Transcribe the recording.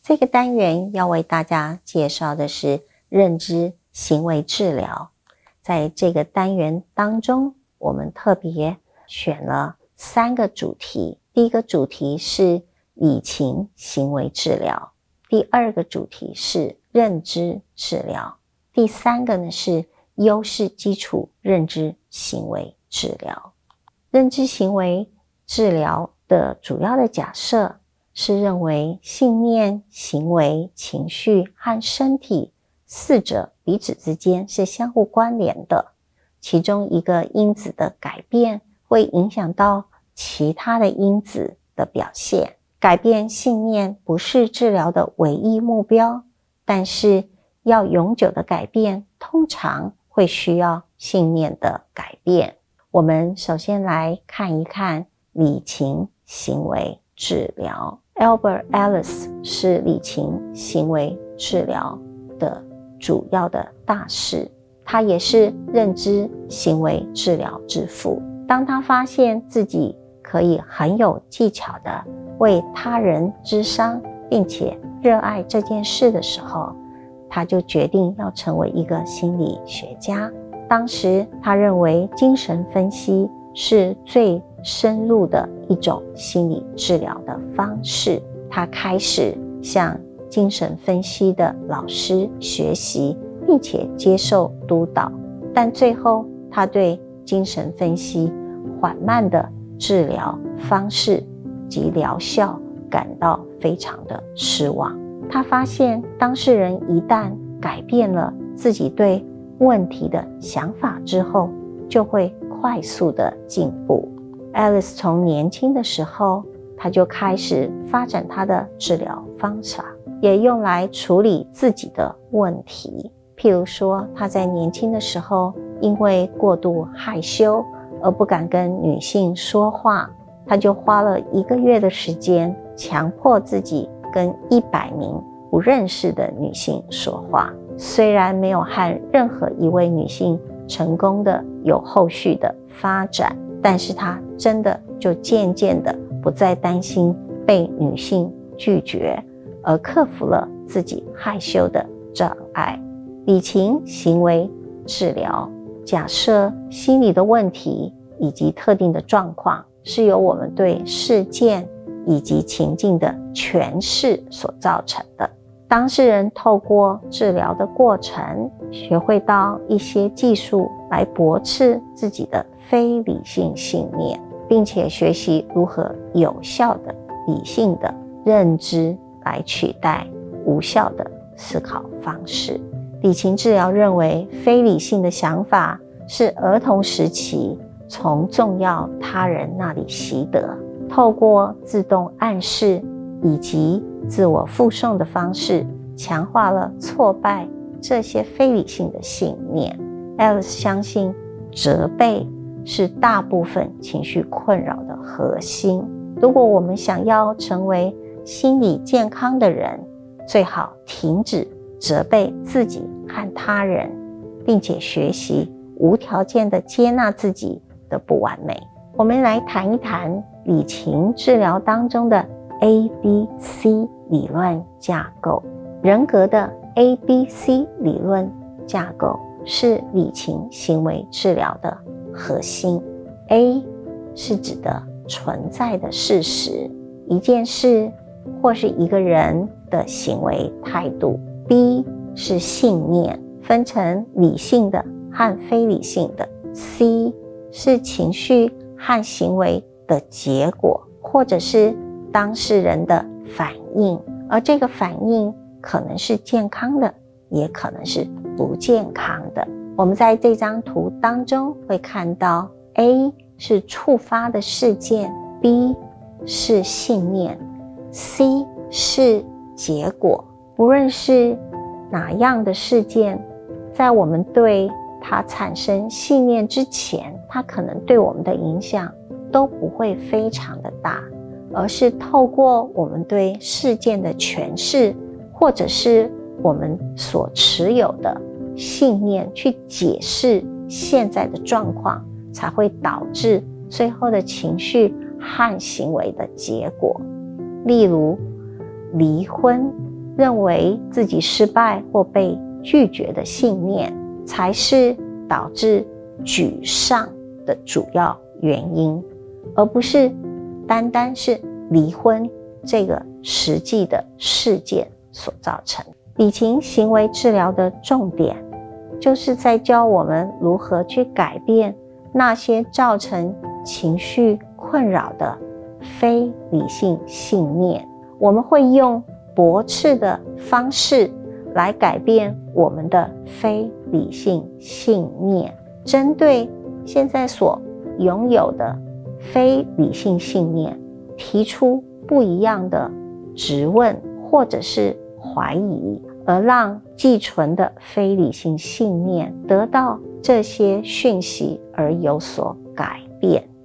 这个单元要为大家介绍的是认知行为治疗。在这个单元当中，我们特别选了3个主题。第一个主题是理情行为治疗，第2个主题是认知治疗，第3个呢是优势基础认知行为治疗。认知行为治疗的主要的假设是认为信念、行为、情绪和身体4者彼此之间是相互关联的，其中一个因子的改变会影响到其他的因子的表现。改变信念不是治疗的唯一目标，但是要永久的改变，通常会需要信念的改变。我们首先来看一看理情行为治疗。Albert Ellis 是理情行为治疗的主要的大师，他也是认知行为治疗之父。当他发现自己可以很有技巧的为他人咨商，并且热爱这件事的时候，他就决定要成为一个心理学家。当时他认为精神分析是最深入的一种心理治疗的方式。他开始向精神分析的老师学习，并且接受督导，但最后他对精神分析缓慢的治疗方式及疗效感到非常的失望。他发现当事人一旦改变了自己对问题的想法之后，就会快速的进步。Alice 从年轻的时候，他就开始发展他的治疗方法，也用来处理自己的问题。譬如说，他在年轻的时候因为过度害羞而不敢跟女性说话，他就花了1个月的时间，强迫自己跟100名不认识的女性说话。虽然没有和任何一位女性成功的有后续的发展，但是他真的就渐渐的不再担心被女性拒绝，而克服了自己害羞的障碍。理情行为治疗假设心理的问题以及特定的状况是由我们对事件以及情境的诠释所造成的。当事人透过治疗的过程，学会到一些技术来驳斥自己的非理性信念，并且学习如何有效的理性的认知来取代无效的思考方式。理情治疗认为，非理性的想法是儿童时期从重要他人那里习得，透过自动暗示以及自我附送的方式，强化了挫败这些非理性的信念。 Alice 相信责备是大部分情绪困扰的核心。如果我们想要成为心理健康的人，最好停止责备自己和他人，并且学习无条件的接纳自己的不完美。我们来谈一谈理情治疗当中的 ABC 理论架构。人格的 ABC 理论架构是理情行为治疗的核心。 A 是指的存在的事实，一件事或是一个人的行为态度。 B 是信念，分成理性的和非理性的。 C 是情绪和行为的结果，或者是当事人的反应，而这个反应可能是健康的，也可能是不健康的。我们在这张图当中会看到 A 是触发的事件， B 是信念， C 是结果。无论是哪样的事件，在我们对它产生信念之前，它可能对我们的影响都不会非常的大，而是透过我们对事件的诠释，或者是我们所持有的信念去解释现在的状况，才会导致最后的情绪和行为的结果。例如离婚认为自己失败或被拒绝的信念，才是导致沮丧的主要原因，而不是单单是离婚这个实际的事件所造成。理情行为治疗的重点，就是在教我们如何去改变那些造成情绪困扰的非理性信念。我们会用驳斥的方式来改变我们的非理性信念，针对现在所拥有的非理性信念，提出不一样的质问或者是怀疑，而让寄存的非理性信念得到这些讯息而有所改变。